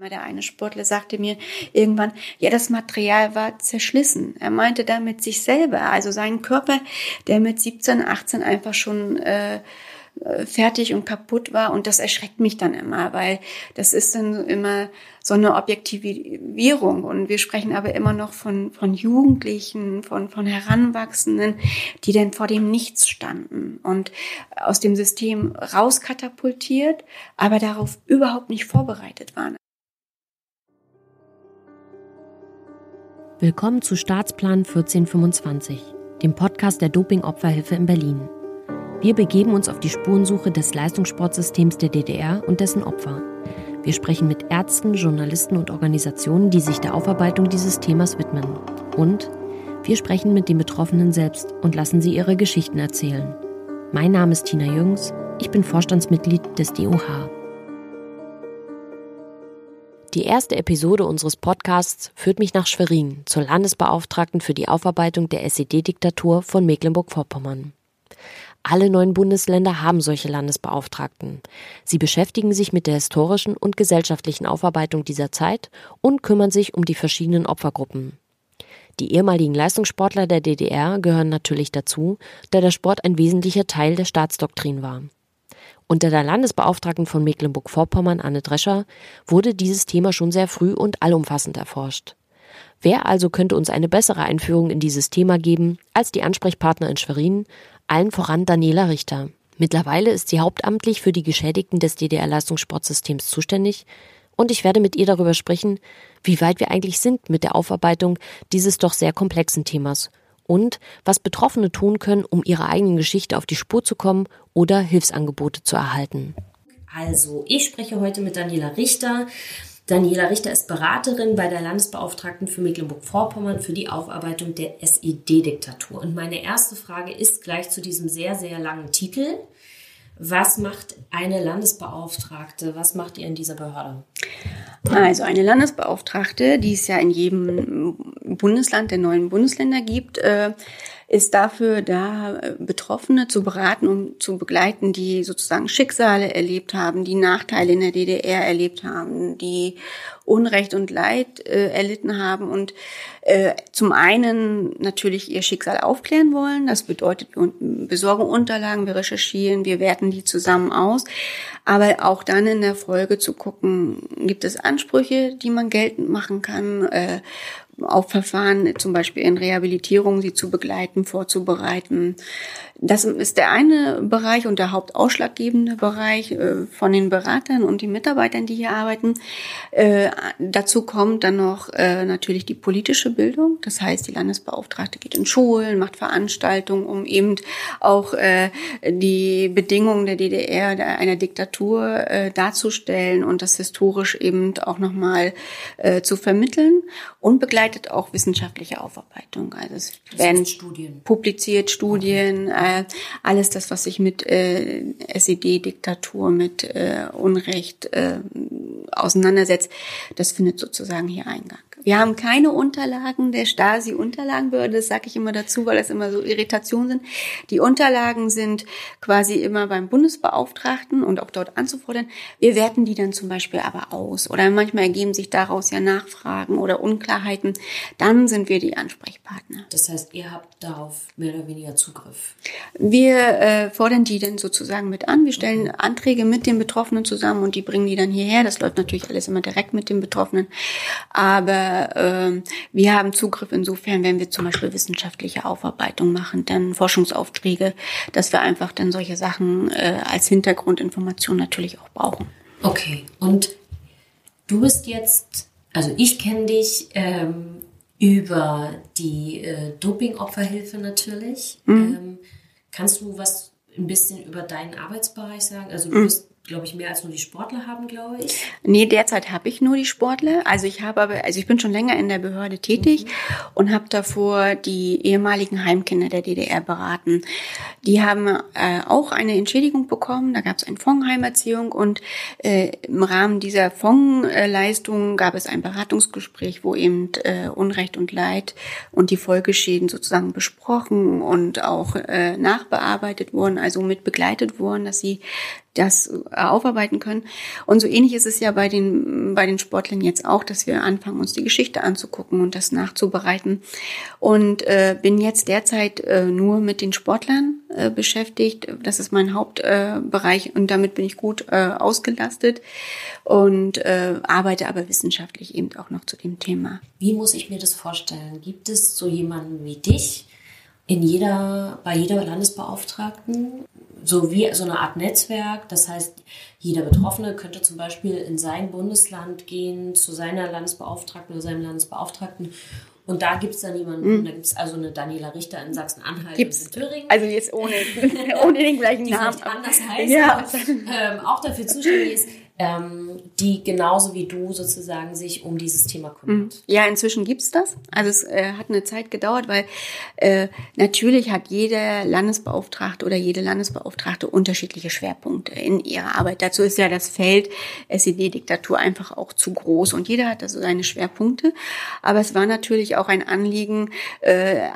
Der eine Sportler sagte mir irgendwann, ja, das Material war zerschlissen. Er meinte damit sich selber, also seinen Körper, der mit 17, 18 einfach schon fertig und kaputt war. Und das erschreckt mich dann immer, weil das ist dann immer so eine Objektivierung. Und wir sprechen aber immer noch von Jugendlichen, von Heranwachsenden, die dann vor dem Nichts standen und aus dem System rauskatapultiert, aber darauf überhaupt nicht vorbereitet waren. Willkommen zu Staatsplan 1425, dem Podcast der Doping-Opferhilfe in Berlin. Wir begeben uns auf die Spurensuche des Leistungssportsystems der DDR und dessen Opfer. Wir sprechen mit Ärzten, Journalisten und Organisationen, die sich der Aufarbeitung dieses Themas widmen. Und wir sprechen mit den Betroffenen selbst und lassen sie ihre Geschichten erzählen. Mein Name ist Tina Jürgens, ich bin Vorstandsmitglied des DOH. Die erste Episode unseres Podcasts führt mich nach Schwerin, zur Landesbeauftragten für die Aufarbeitung der SED-Diktatur von Mecklenburg-Vorpommern. Alle 9 Bundesländer haben solche Landesbeauftragten. Sie beschäftigen sich mit der historischen und gesellschaftlichen Aufarbeitung dieser Zeit und kümmern sich um die verschiedenen Opfergruppen. Die ehemaligen Leistungssportler der DDR gehören natürlich dazu, da der Sport ein wesentlicher Teil der Staatsdoktrin war. Unter der Landesbeauftragten von Mecklenburg-Vorpommern, Anne Drescher, wurde dieses Thema schon sehr früh und allumfassend erforscht. Wer also könnte uns eine bessere Einführung in dieses Thema geben als die Ansprechpartner in Schwerin, allen voran Daniela Richter. Mittlerweile ist sie hauptamtlich für die Geschädigten des DDR-Leistungssportsystems zuständig und ich werde mit ihr darüber sprechen, wie weit wir eigentlich sind mit der Aufarbeitung dieses doch sehr komplexen Themas und was Betroffene tun können, um ihrer eigenen Geschichte auf die Spur zu kommen oder Hilfsangebote zu erhalten. Also, ich spreche heute mit Daniela Richter. Daniela Richter ist Beraterin bei der Landesbeauftragten für Mecklenburg-Vorpommern für die Aufarbeitung der SED-Diktatur. Und meine erste Frage ist gleich zu diesem sehr, sehr langen Titel. Was macht eine Landesbeauftragte? Was macht ihr in dieser Behörde? Also eine Landesbeauftragte, die es ja in jedem Bundesland der 9 Bundesländer gibt, ist dafür da, Betroffene zu beraten und zu begleiten, die sozusagen Schicksale erlebt haben, die Nachteile in der DDR erlebt haben, die Unrecht und Leid erlitten haben und zum einen natürlich ihr Schicksal aufklären wollen. Das bedeutet, wir besorgen Unterlagen, wir recherchieren, wir werten die zusammen aus. Aber auch dann in der Folge zu gucken, gibt es Ansprüche, die man geltend machen kann, auf Verfahren, zum Beispiel in Rehabilitierung, sie zu begleiten, vorzubereiten. Das ist der eine Bereich und der hauptausschlaggebende Bereich von den Beratern und den Mitarbeitern, die hier arbeiten. Dazu kommt dann noch natürlich die politische Bildung. Das heißt, die Landesbeauftragte geht in Schulen, macht Veranstaltungen, um eben auch die Bedingungen der DDR, einer Diktatur darzustellen und das historisch eben auch nochmal zu vermitteln und begleitet auch wissenschaftliche Aufarbeitung. Also es werden publiziert Studien, alles das, was sich mit SED-Diktatur, mit Unrecht auseinandersetzt, das findet sozusagen hier Eingang. Wir haben keine Unterlagen der Stasi-Unterlagenbehörde, das sage ich immer dazu, weil das immer so Irritationen sind. Die Unterlagen sind quasi immer beim Bundesbeauftragten und auch dort anzufordern. Wir werten die dann zum Beispiel aber aus oder manchmal ergeben sich daraus ja Nachfragen oder Unklarheiten. Dann sind wir die Ansprechpartner. Das heißt, ihr habt darauf mehr oder weniger Zugriff? Wir fordern die dann sozusagen mit an. Wir stellen Anträge mit den Betroffenen zusammen und die bringen die dann hierher. Das läuft natürlich alles immer direkt mit den Betroffenen. Aber wir haben Zugriff insofern, wenn wir zum Beispiel wissenschaftliche Aufarbeitung machen, dann Forschungsaufträge, dass wir einfach dann solche Sachen als Hintergrundinformation natürlich auch brauchen. Okay, und du bist jetzt, also ich kenne dich über die Doping-Opferhilfe natürlich. Kannst du was ein bisschen über deinen Arbeitsbereich sagen? Also du bist, glaube ich, mehr als nur die Sportler haben, glaube ich. Nee, derzeit habe ich nur die Sportler. Also ich bin schon länger in der Behörde tätig und habe davor die ehemaligen Heimkinder der DDR beraten. Die haben auch eine Entschädigung bekommen. Da gab es eine Fondsheimerziehung und im Rahmen dieser Fondsleistung gab es ein Beratungsgespräch, wo eben Unrecht und Leid und die Folgeschäden sozusagen besprochen und auch nachbearbeitet wurden, also mit begleitet wurden, dass sie das aufarbeiten können. Und so ähnlich ist es ja bei den Sportlern jetzt auch, dass wir anfangen, uns die Geschichte anzugucken und das nachzubereiten. Und bin jetzt derzeit nur mit den Sportlern beschäftigt. Das ist mein Hauptbereich und damit bin ich gut ausgelastet und arbeite aber wissenschaftlich eben auch noch zu dem Thema. Wie muss ich mir das vorstellen? Gibt es so jemanden wie dich bei jeder Landesbeauftragten, so wie so eine Art Netzwerk? Das heißt, jeder Betroffene könnte zum Beispiel in sein Bundesland gehen, zu seiner Landesbeauftragten oder seinem Landesbeauftragten. Und da gibt es dann jemanden, da gibt es also eine Daniela Richter in Sachsen-Anhalt und in Thüringen. Also jetzt ohne den gleichen Namen. Die anders heißt, auch dafür zuständig ist, die genauso wie du sozusagen sich um dieses Thema kümmert. Ja, inzwischen gibt's das. Also es hat eine Zeit gedauert, weil natürlich hat jeder Landesbeauftragte oder jede Landesbeauftragte unterschiedliche Schwerpunkte in ihrer Arbeit. Dazu ist ja das Feld SED-Diktatur einfach auch zu groß und jeder hat also seine Schwerpunkte. Aber es war natürlich auch ein Anliegen, so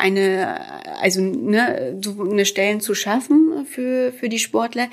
eine Stellen zu schaffen für die Sportler.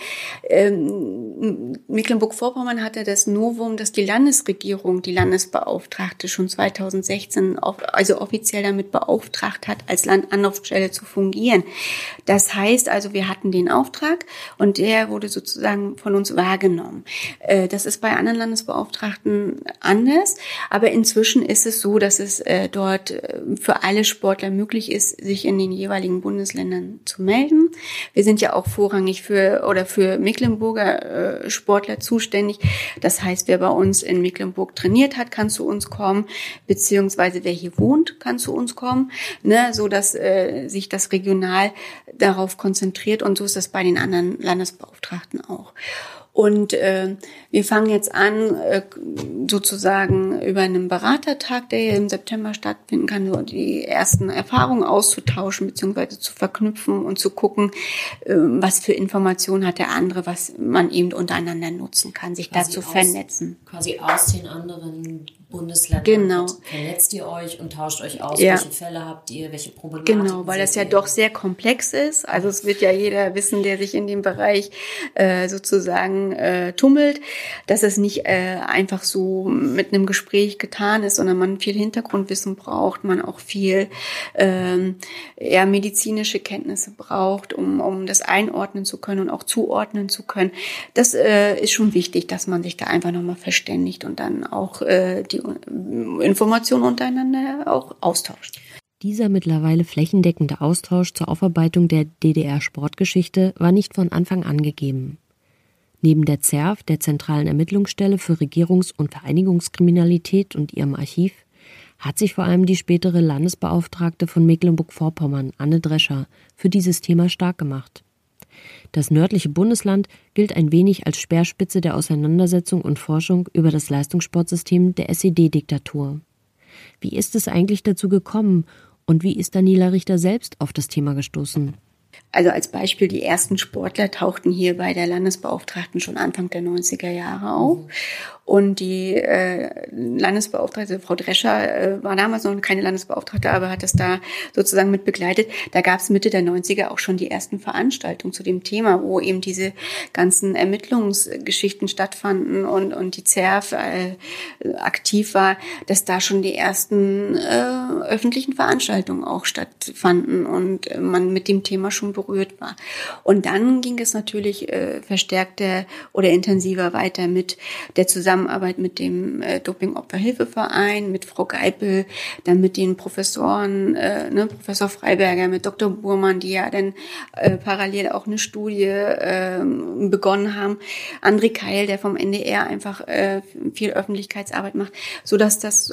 Mecklenburg-Vorpommern hatte das Novum, dass die Landesregierung die Landesbeauftragte schon 2016 also offiziell damit beauftragt hat, als Landanlaufstelle zu fungieren. Das heißt also, wir hatten den Auftrag und der wurde sozusagen von uns wahrgenommen. Das ist bei anderen Landesbeauftragten anders, aber inzwischen ist es so, dass es dort für alle Sportler möglich ist, sich in den jeweiligen Bundesländern zu melden. Wir sind ja auch vorrangig für Mecklenburger Sportler zuständig. Das heißt, wer bei uns in Mecklenburg trainiert hat, kann zu uns kommen, beziehungsweise wer hier wohnt, kann zu uns kommen, so dass sich das regional darauf konzentriert und so ist das bei den anderen Landesbeauftragten auch. Und wir fangen jetzt an, sozusagen über einen Beratertag, der hier im September stattfinden kann, so die ersten Erfahrungen auszutauschen beziehungsweise zu verknüpfen und zu gucken, was für Informationen hat der andere, was man eben untereinander nutzen kann, sich dazu vernetzen. Quasi aus den anderen Bundesländern. Genau. Vernetzt ihr euch und tauscht euch aus, ja. Welche Fälle habt ihr, welche Problematiken. Genau, weil das ja doch sehr komplex ist. Also es wird ja jeder wissen, der sich in dem Bereich sozusagen tummelt, dass es nicht einfach so mit einem Gespräch getan ist, sondern man viel Hintergrundwissen braucht, man auch viel medizinische Kenntnisse braucht, um das einordnen zu können und auch zuordnen zu können. Das ist schon wichtig, dass man sich da einfach nochmal verständigt und dann auch die Informationen untereinander auch austauscht. Dieser mittlerweile flächendeckende Austausch zur Aufarbeitung der DDR-Sportgeschichte war nicht von Anfang an gegeben. Neben der ZERF, der Zentralen Ermittlungsstelle für Regierungs- und Vereinigungskriminalität und ihrem Archiv, hat sich vor allem die spätere Landesbeauftragte von Mecklenburg-Vorpommern, Anne Drescher, für dieses Thema stark gemacht. Das nördliche Bundesland gilt ein wenig als Speerspitze der Auseinandersetzung und Forschung über das Leistungssportsystem der SED-Diktatur. Wie ist es eigentlich dazu gekommen und wie ist Daniela Richter selbst auf das Thema gestoßen? Also als Beispiel, die ersten Sportler tauchten hier bei der Landesbeauftragten schon Anfang der 90er Jahre auf. Und die Landesbeauftragte, Frau Drescher, war damals noch keine Landesbeauftragte, aber hat das da sozusagen mit begleitet. Da gab es Mitte der 90er auch schon die ersten Veranstaltungen zu dem Thema, wo eben diese ganzen Ermittlungsgeschichten stattfanden und die ZERF aktiv war, dass da schon die ersten öffentlichen Veranstaltungen auch stattfanden und man mit dem Thema schon berührt war. Und dann ging es natürlich verstärkter oder intensiver weiter mit der Zusammenarbeit mit dem Doping-Opferhilfeverein, mit Frau Geipel, dann mit den Professoren, Professor Freiberger, mit Dr. Burmann, die ja dann parallel auch eine Studie begonnen haben. André Keil, der vom NDR einfach viel Öffentlichkeitsarbeit macht, so dass das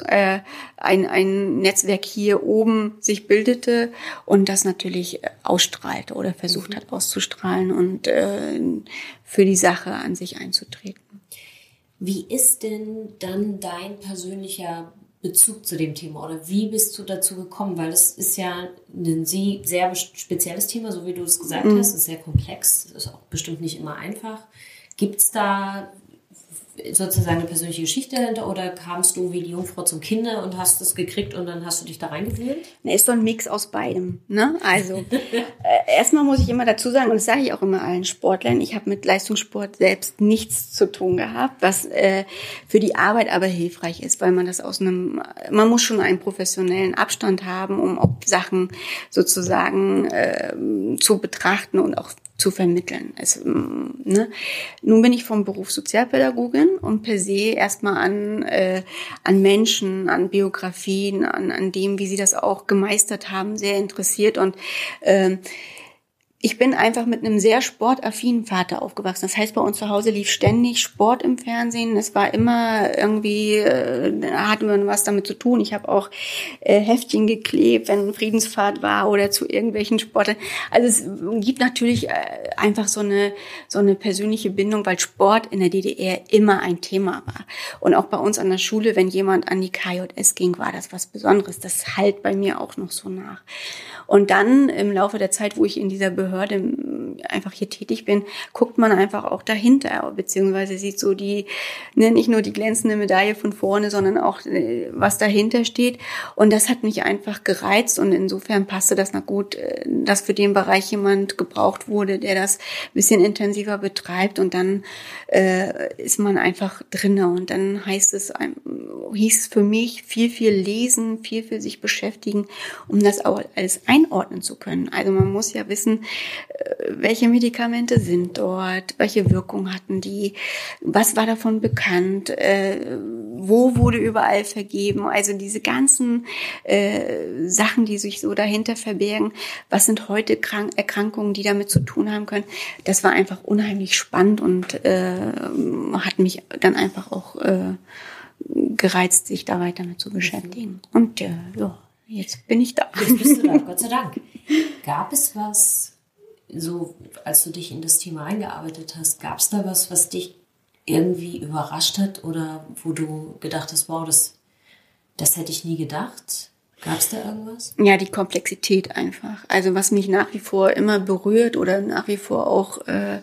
ein Netzwerk hier oben sich bildete und das natürlich ausstrahlte oder versucht hat auszustrahlen und für die Sache an sich einzutreten. Wie ist denn dann dein persönlicher Bezug zu dem Thema oder wie bist du dazu gekommen? Weil das ist ja ein sehr spezielles Thema, so wie du es gesagt hast. Es ist sehr komplex, ist auch bestimmt nicht immer einfach. Gibt es da sozusagen eine persönliche Geschichte dahinter oder kamst du wie die Jungfrau zum Kinder und hast es gekriegt und dann hast du dich da reingewählt? Ist so ein Mix aus beidem. Ne? Also erstmal muss ich immer dazu sagen, und das sage ich auch immer allen Sportlern, ich habe mit Leistungssport selbst nichts zu tun gehabt, was für die Arbeit aber hilfreich ist, weil man das man muss schon einen professionellen Abstand haben, um auch Sachen sozusagen zu betrachten und auch zu vermitteln. Nun bin ich vom Beruf Sozialpädagogin und per se erstmal an Menschen, an Biografien, an dem, wie sie das auch gemeistert haben, sehr interessiert und ich bin einfach mit einem sehr sportaffinen Vater aufgewachsen. Das heißt, bei uns zu Hause lief ständig Sport im Fernsehen. Es war immer irgendwie, hatte man was damit zu tun. Ich habe auch Heftchen geklebt, wenn Friedensfahrt war oder zu irgendwelchen Sportlern. Also es gibt natürlich einfach so eine persönliche Bindung, weil Sport in der DDR immer ein Thema war. Und auch bei uns an der Schule, wenn jemand an die KJS ging, war das was Besonderes. Das hallt bei mir auch noch so nach. Und dann im Laufe der Zeit, wo ich in dieser Behörde einfach hier tätig bin, guckt man einfach auch dahinter, beziehungsweise sieht so nicht nur die glänzende Medaille von vorne, sondern auch, was dahinter steht. Und das hat mich einfach gereizt und insofern passte das gut, dass für den Bereich jemand gebraucht wurde, der das ein bisschen intensiver betreibt und dann ist man einfach drinne und dann hieß es für mich viel lesen, viel für sich beschäftigen, um das auch alles einordnen zu können. Also man muss ja wissen, welche Medikamente sind dort, welche Wirkung hatten die, was war davon bekannt, wo wurde überall vergeben, also diese ganzen Sachen, die sich so dahinter verbergen, was sind heute Erkrankungen, die damit zu tun haben können, das war einfach unheimlich spannend und hat mich dann einfach auch gereizt, sich da weiter mit zu beschäftigen. Und jetzt bin ich da. Jetzt bist du da, Gott sei Dank. Gab es was, so als du dich in das Thema eingearbeitet hast, gab es da was dich irgendwie überrascht hat oder wo du gedacht hast, wow, das hätte ich nie gedacht? Gab es da irgendwas? Ja, die Komplexität einfach. Also was mich nach wie vor immer berührt oder nach wie vor auch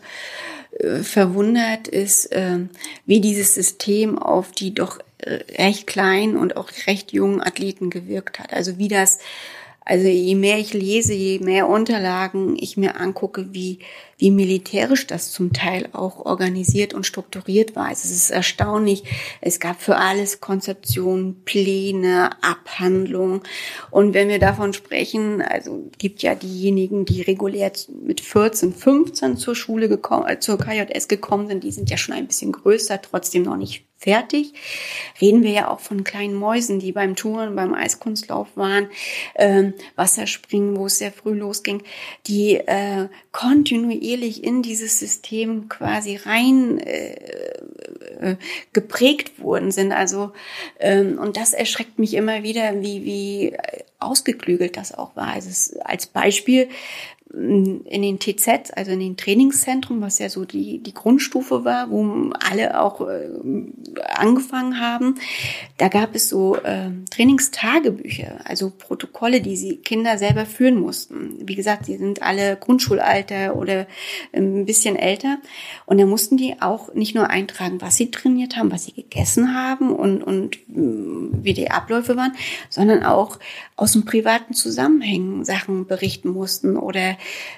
verwundert ist, wie dieses System auf die doch recht kleinen und auch recht jungen Athleten gewirkt hat. Also je mehr ich lese, je mehr Unterlagen ich mir angucke, wie militärisch das zum Teil auch organisiert und strukturiert war. Also es ist erstaunlich. Es gab für alles Konzeptionen, Pläne, Abhandlungen. Und wenn wir davon sprechen, also gibt ja diejenigen, die regulär mit 14, 15 zur KJS gekommen sind, die sind ja schon ein bisschen größer, trotzdem noch nicht fertig. Reden wir ja auch von kleinen Mäusen, die beim Touren, beim Eiskunstlauf waren, Wasserspringen, wo es sehr früh losging, die kontinuierlich in dieses System quasi rein geprägt worden sind. Also und das erschreckt mich immer wieder, wie ausgeklügelt das auch war. Also als Beispiel in den TZ, also in den Trainingszentren, was ja so die Grundstufe war, wo alle auch angefangen haben, da gab es so Trainingstagebücher, also Protokolle, die Kinder selber führen mussten. Wie gesagt, die sind alle Grundschulalter oder ein bisschen älter und da mussten die auch nicht nur eintragen, was sie trainiert haben, was sie gegessen haben und wie die Abläufe waren, sondern auch aus dem privaten Zusammenhängen Sachen berichten mussten oder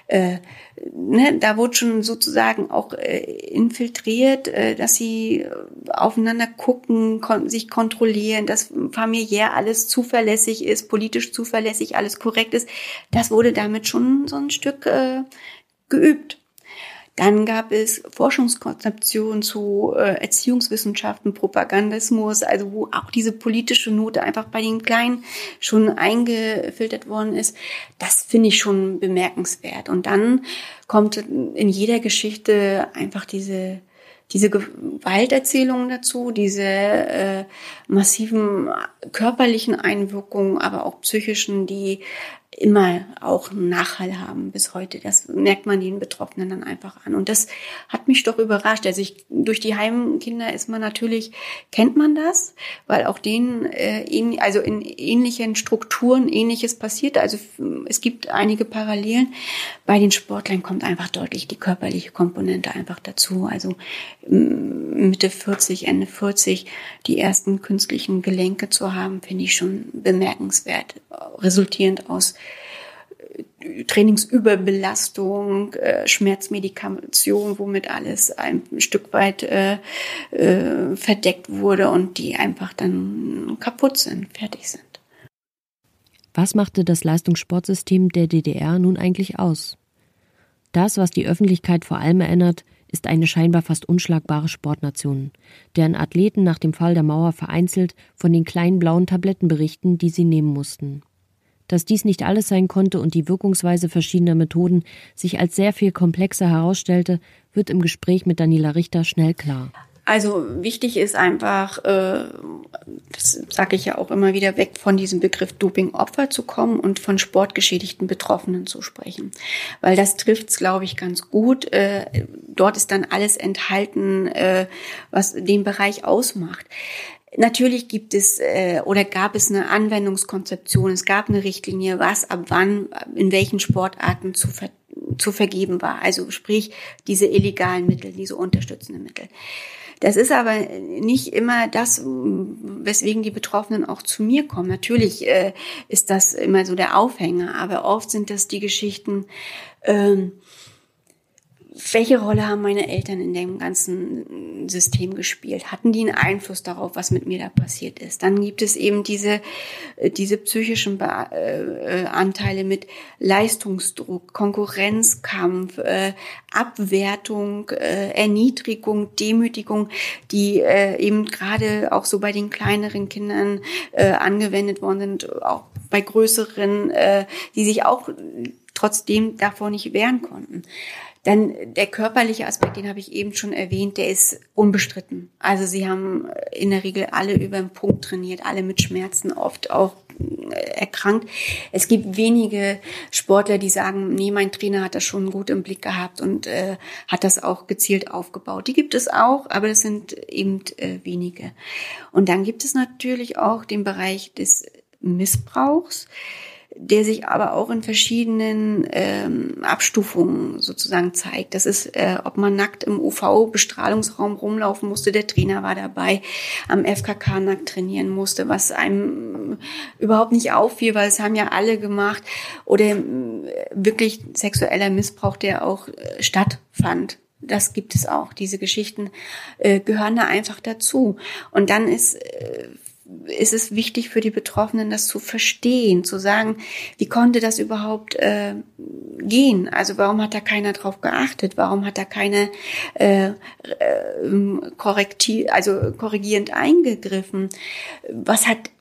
da wurde schon sozusagen auch infiltriert, dass sie aufeinander gucken, sich kontrollieren, dass familiär alles zuverlässig ist, politisch zuverlässig, alles korrekt ist. Das wurde damit schon so ein Stück geübt. Dann gab es Forschungskonzeptionen zu Erziehungswissenschaften, Propagandismus, also wo auch diese politische Note einfach bei den Kleinen schon eingefiltert worden ist. Das finde ich schon bemerkenswert. Und dann kommt in jeder Geschichte einfach diese Gewalterzählungen dazu, diese massiven körperlichen Einwirkungen, aber auch psychischen, die immer auch einen Nachhall haben bis heute. Das merkt man den Betroffenen dann einfach an. Und das hat mich doch überrascht. Also durch die Heimkinder ist man natürlich, kennt man das, weil auch denen also in ähnlichen Strukturen Ähnliches passiert. Also es gibt einige Parallelen. Bei den Sportlern kommt einfach deutlich die körperliche Komponente einfach dazu. Also Mitte 40, Ende 40 die ersten künstlichen Gelenke zu haben, finde ich schon bemerkenswert. Resultierend aus Trainingsüberbelastung, Schmerzmedikation, womit alles ein Stück weit verdeckt wurde und die einfach dann kaputt sind, fertig sind. Was machte das Leistungssportsystem der DDR nun eigentlich aus? Das, was die Öffentlichkeit vor allem erinnert, ist eine scheinbar fast unschlagbare Sportnation, deren Athleten nach dem Fall der Mauer vereinzelt von den kleinen blauen Tabletten berichten, die sie nehmen mussten. Dass dies nicht alles sein konnte und die Wirkungsweise verschiedener Methoden sich als sehr viel komplexer herausstellte, wird im Gespräch mit Daniela Richter schnell klar. Also wichtig ist einfach, das sage ich ja auch immer wieder, weg von diesem Begriff Dopingopfer zu kommen und von sportgeschädigten Betroffenen zu sprechen. Weil das trifft's, glaube ich, ganz gut. Dort ist dann alles enthalten, was den Bereich ausmacht. Natürlich gibt es oder gab es eine Anwendungskonzeption, es gab eine Richtlinie, was ab wann in welchen Sportarten zu vergeben war. Also sprich diese illegalen Mittel, diese unterstützenden Mittel. Das ist aber nicht immer das, weswegen die Betroffenen auch zu mir kommen. Natürlich ist das immer so der Aufhänger, aber oft sind das die Geschichten, welche Rolle haben meine Eltern in dem ganzen System gespielt? Hatten die einen Einfluss darauf, was mit mir da passiert ist? Dann gibt es eben diese psychischen Anteile mit Leistungsdruck, Konkurrenzkampf, Abwertung, Erniedrigung, Demütigung, die eben gerade auch so bei den kleineren Kindern angewendet worden sind, auch bei größeren, die sich auch trotzdem davor nicht wehren konnten. Dann der körperliche Aspekt, den habe ich eben schon erwähnt, der ist unbestritten. Also sie haben in der Regel alle über den Punkt trainiert, alle mit Schmerzen, oft auch erkrankt. Es gibt wenige Sportler, die sagen, nee, mein Trainer hat das schon gut im Blick gehabt und hat das auch gezielt aufgebaut. Die gibt es auch, aber das sind eben wenige. Und dann gibt es natürlich auch den Bereich des Missbrauchs, der sich aber auch in verschiedenen Abstufungen sozusagen zeigt. Das ist, ob man nackt im UV-Bestrahlungsraum rumlaufen musste, der Trainer war dabei, am FKK nackt trainieren musste, was einem überhaupt nicht auffiel, weil es haben ja alle gemacht, oder wirklich sexueller Missbrauch, der auch stattfand. Das gibt es auch. Diese Geschichten gehören da einfach dazu. Und dann ist es wichtig für die Betroffenen, das zu verstehen, zu sagen, wie konnte das überhaupt gehen? Also warum hat da keiner drauf geachtet? Warum hat da keiner korrigierend eingegriffen? Was hat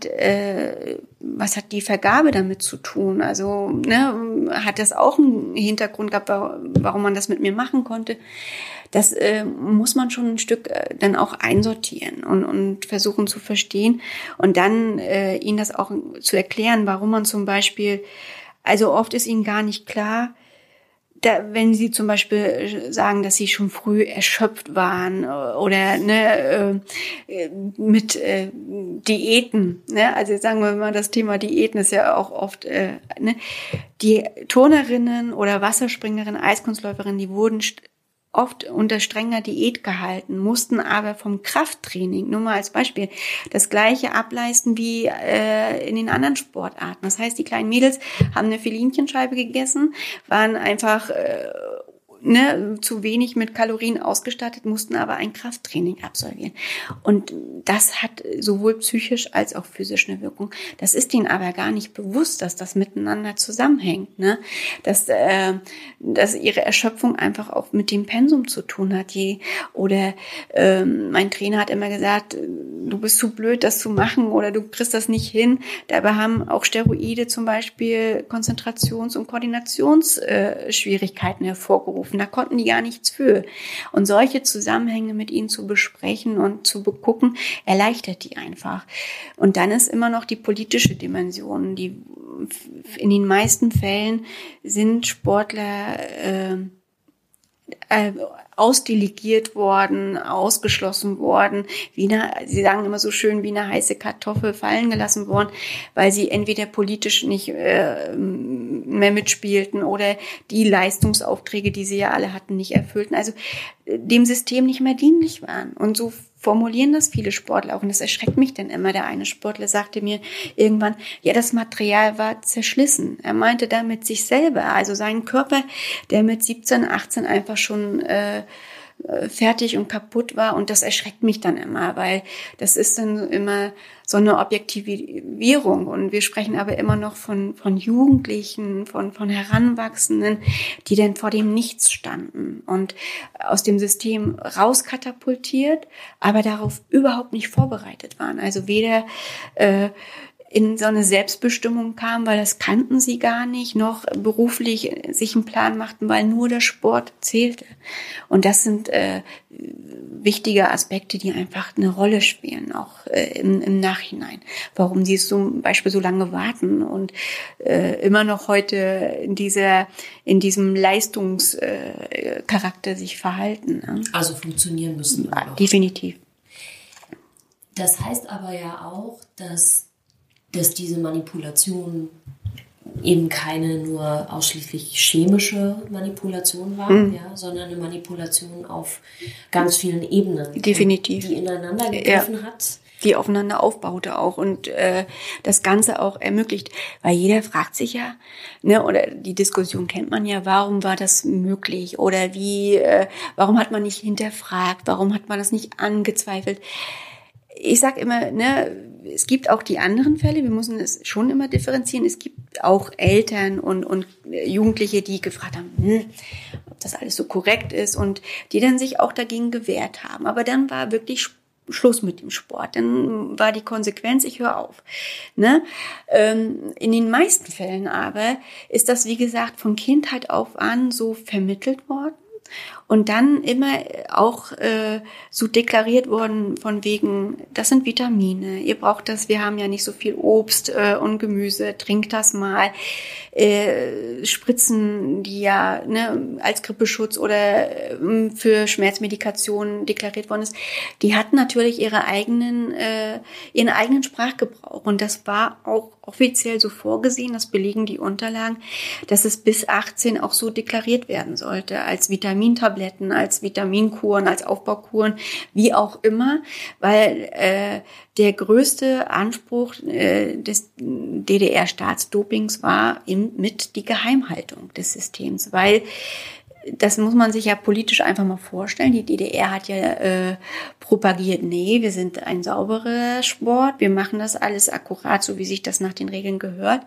die Vergabe damit zu tun? Also hat das auch einen Hintergrund gehabt, warum man das mit mir machen konnte? Das muss man schon ein Stück dann auch einsortieren und versuchen zu verstehen und dann ihnen das auch zu erklären, warum man zum Beispiel, also oft ist ihnen gar nicht klar, wenn sie zum Beispiel sagen, dass sie schon früh erschöpft waren oder mit Diäten, also sagen wir mal, das Thema Diäten ist ja auch oft, die Turnerinnen oder Wasserspringerinnen, Eiskunstläuferinnen, die wurden oft unter strenger Diät gehalten, mussten aber vom Krafttraining, nur mal als Beispiel, das Gleiche ableisten wie in den anderen Sportarten. Das heißt, die kleinen Mädels haben eine Filinchenscheibe gegessen, waren einfach zu wenig mit Kalorien ausgestattet, mussten aber ein Krafttraining absolvieren. Und das hat sowohl psychisch als auch physisch eine Wirkung. Das ist ihnen aber gar nicht bewusst, dass das miteinander zusammenhängt, dass ihre Erschöpfung einfach auch mit dem Pensum zu tun hat. Mein Trainer hat immer gesagt, du bist zu blöd, das zu machen oder du kriegst das nicht hin. Dabei haben auch Steroide zum Beispiel Konzentrations- und Koordinationsschwierigkeiten hervorgerufen. dürfen. Da konnten die gar nichts für. Und solche Zusammenhänge mit ihnen zu besprechen und zu gucken, erleichtert die einfach. Und dann ist immer noch die politische Dimension. In den meisten Fällen sind Sportler ausdelegiert worden, ausgeschlossen worden, sie sagen immer so schön, wie eine heiße Kartoffel fallen gelassen worden, weil sie entweder politisch nicht mehr mitspielten oder die Leistungsaufträge, die sie ja alle hatten, nicht erfüllten, also dem System nicht mehr dienlich waren. Und so formulieren das viele Sportler auch. Und das erschreckt mich dann immer. Der eine Sportler sagte mir irgendwann, ja, das Material war zerschlissen. Er meinte damit sich selber, also seinen Körper, der mit 17, 18 einfach schon fertig und kaputt war. Und das erschreckt mich dann immer, weil das ist dann immer so eine Objektivierung. Und wir sprechen aber immer noch von Jugendlichen, von Heranwachsenden, die dann vor dem Nichts standen und aus dem System rauskatapultiert, aber darauf überhaupt nicht vorbereitet waren. Also weder in so eine Selbstbestimmung kam, weil das kannten sie gar nicht, noch beruflich sich einen Plan machten, weil nur der Sport zählte. Und das sind wichtige Aspekte, die einfach eine Rolle spielen, auch im Nachhinein. Warum sie zum Beispiel so lange warten und immer noch heute in diesem Leistungscharakter sich verhalten. Ne? Also funktionieren müssen. Ja, definitiv. Das heißt aber ja auch, dass diese Manipulation eben keine nur ausschließlich chemische Manipulation war, sondern eine Manipulation auf ganz vielen Ebenen. Definitiv. Die ineinander gegriffen hat. Die aufeinander aufbaute auch und das Ganze auch ermöglicht. Weil jeder fragt sich ja, ne, oder die Diskussion kennt man ja, warum war das möglich? Oder warum hat man nicht hinterfragt? Warum hat man das nicht angezweifelt? Ich sag immer, ne, es gibt auch die anderen Fälle, wir müssen es schon immer differenzieren. Es gibt auch Eltern und Jugendliche, die gefragt haben, ob das alles so korrekt ist und die dann sich auch dagegen gewehrt haben. Aber dann war wirklich Schluss mit dem Sport. Dann war die Konsequenz, ich höre auf. Ne? In den meisten Fällen aber ist das, wie gesagt, von Kindheit auf an so vermittelt worden. Und dann immer auch so deklariert worden von wegen, das sind Vitamine, ihr braucht das, wir haben ja nicht so viel Obst und Gemüse, trinkt das mal. Spritzen, die ja als Grippeschutz oder für Schmerzmedikationen deklariert worden ist, die hatten natürlich ihren eigenen Sprachgebrauch. Und das war auch offiziell so vorgesehen, das belegen die Unterlagen, dass es bis 18 auch so deklariert werden sollte, als Vitamintabletten, als Vitaminkuren, als Aufbaukuren, wie auch immer, weil der größte Anspruch des DDR-Staatsdopings war mit die Geheimhaltung des Systems, weil das muss man sich ja politisch einfach mal vorstellen. Die DDR hat ja propagiert, nee, wir sind ein sauberer Sport, wir machen das alles akkurat, so wie sich das nach den Regeln gehört.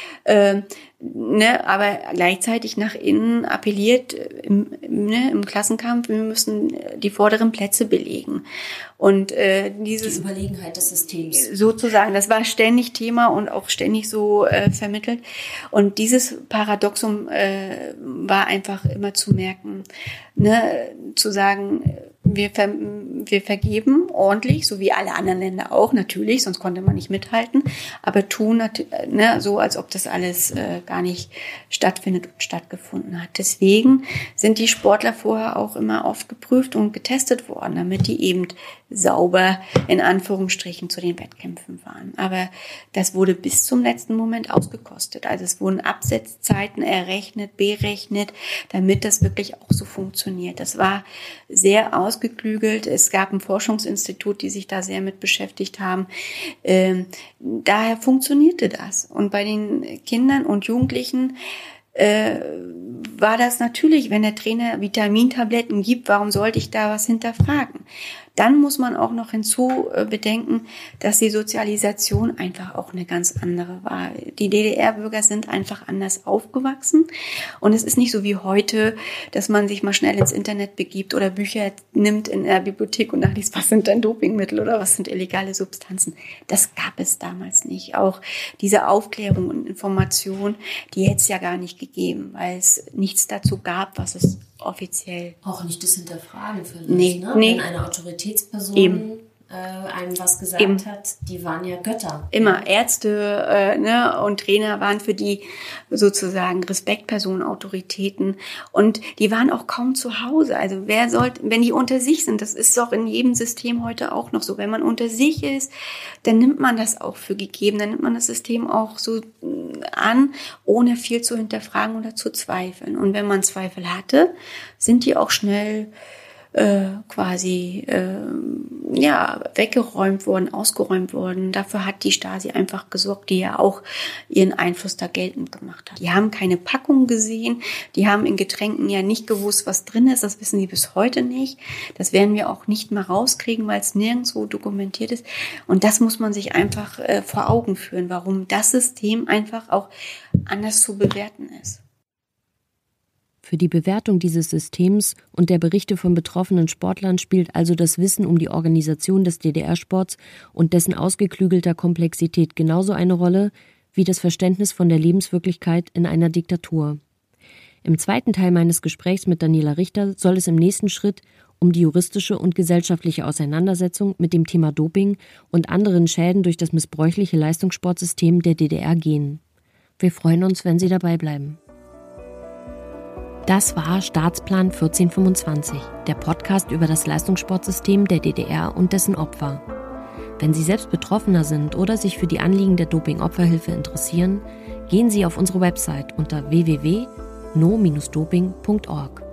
Aber gleichzeitig nach innen appelliert im Klassenkampf, wir müssen die vorderen Plätze belegen. Und die Überlegenheit des Systems. Sozusagen, das war ständig Thema und auch ständig so vermittelt. Und dieses Paradoxum war einfach immer zu merken, zu sagen, wir vergeben ordentlich, so wie alle anderen Länder auch, natürlich, sonst konnte man nicht mithalten, aber tun so, als ob das alles gar nicht stattfindet und stattgefunden hat. Deswegen sind die Sportler vorher auch immer oft geprüft und getestet worden, damit die eben sauber in Anführungsstrichen zu den Wettkämpfen waren. Aber das wurde bis zum letzten Moment ausgekostet. Also es wurden Absetzzeiten errechnet, berechnet, damit das wirklich auch so funktioniert. Das war sehr ausgeklügelt. Es gab ein Forschungsinstitut, die sich da sehr mit beschäftigt haben. Daher funktionierte das. Und bei den Kindern und Jugendlichen war das natürlich, wenn der Trainer Vitamintabletten gibt, warum sollte ich da was hinterfragen? Dann muss man auch noch hinzu bedenken, dass die Sozialisation einfach auch eine ganz andere war. Die DDR-Bürger sind einfach anders aufgewachsen und es ist nicht so wie heute, dass man sich mal schnell ins Internet begibt oder Bücher nimmt in der Bibliothek und nachliest, was sind denn Dopingmittel oder was sind illegale Substanzen. Das gab es damals nicht. Auch diese Aufklärung und Information, die hätte es ja gar nicht gegeben, weil es nichts dazu gab, was es offiziell. Auch nicht das Hinterfragen vielleicht, nee. Wenn eine Autoritätsperson einem was gesagt hat, die waren ja Götter. Immer Ärzte und Trainer waren für die sozusagen Respektpersonen, Autoritäten und die waren auch kaum zu Hause. Also wenn die unter sich sind, das ist doch in jedem System heute auch noch so, wenn man unter sich ist, dann nimmt man das auch für gegeben, dann nimmt man das System auch so an, ohne viel zu hinterfragen oder zu zweifeln. Und wenn man Zweifel hatte, sind die auch schnell weggeräumt worden, ausgeräumt worden. Dafür hat die Stasi einfach gesorgt, die ja auch ihren Einfluss da geltend gemacht hat. Die haben keine Packung gesehen, die haben in Getränken ja nicht gewusst, was drin ist, das wissen sie bis heute nicht. Das werden wir auch nicht mal rauskriegen, weil es nirgendwo dokumentiert ist. Und das muss man sich einfach vor Augen führen, warum das System einfach auch anders zu bewerten ist. Für die Bewertung dieses Systems und der Berichte von betroffenen Sportlern spielt also das Wissen um die Organisation des DDR-Sports und dessen ausgeklügelter Komplexität genauso eine Rolle wie das Verständnis von der Lebenswirklichkeit in einer Diktatur. Im zweiten Teil meines Gesprächs mit Daniela Richter soll es im nächsten Schritt um die juristische und gesellschaftliche Auseinandersetzung mit dem Thema Doping und anderen Schäden durch das missbräuchliche Leistungssportsystem der DDR gehen. Wir freuen uns, wenn Sie dabei bleiben. Das war Staatsplan 1425, der Podcast über das Leistungssportsystem der DDR und dessen Opfer. Wenn Sie selbst Betroffener sind oder sich für die Anliegen der Doping-Opferhilfe interessieren, gehen Sie auf unsere Website unter www.no-doping.org.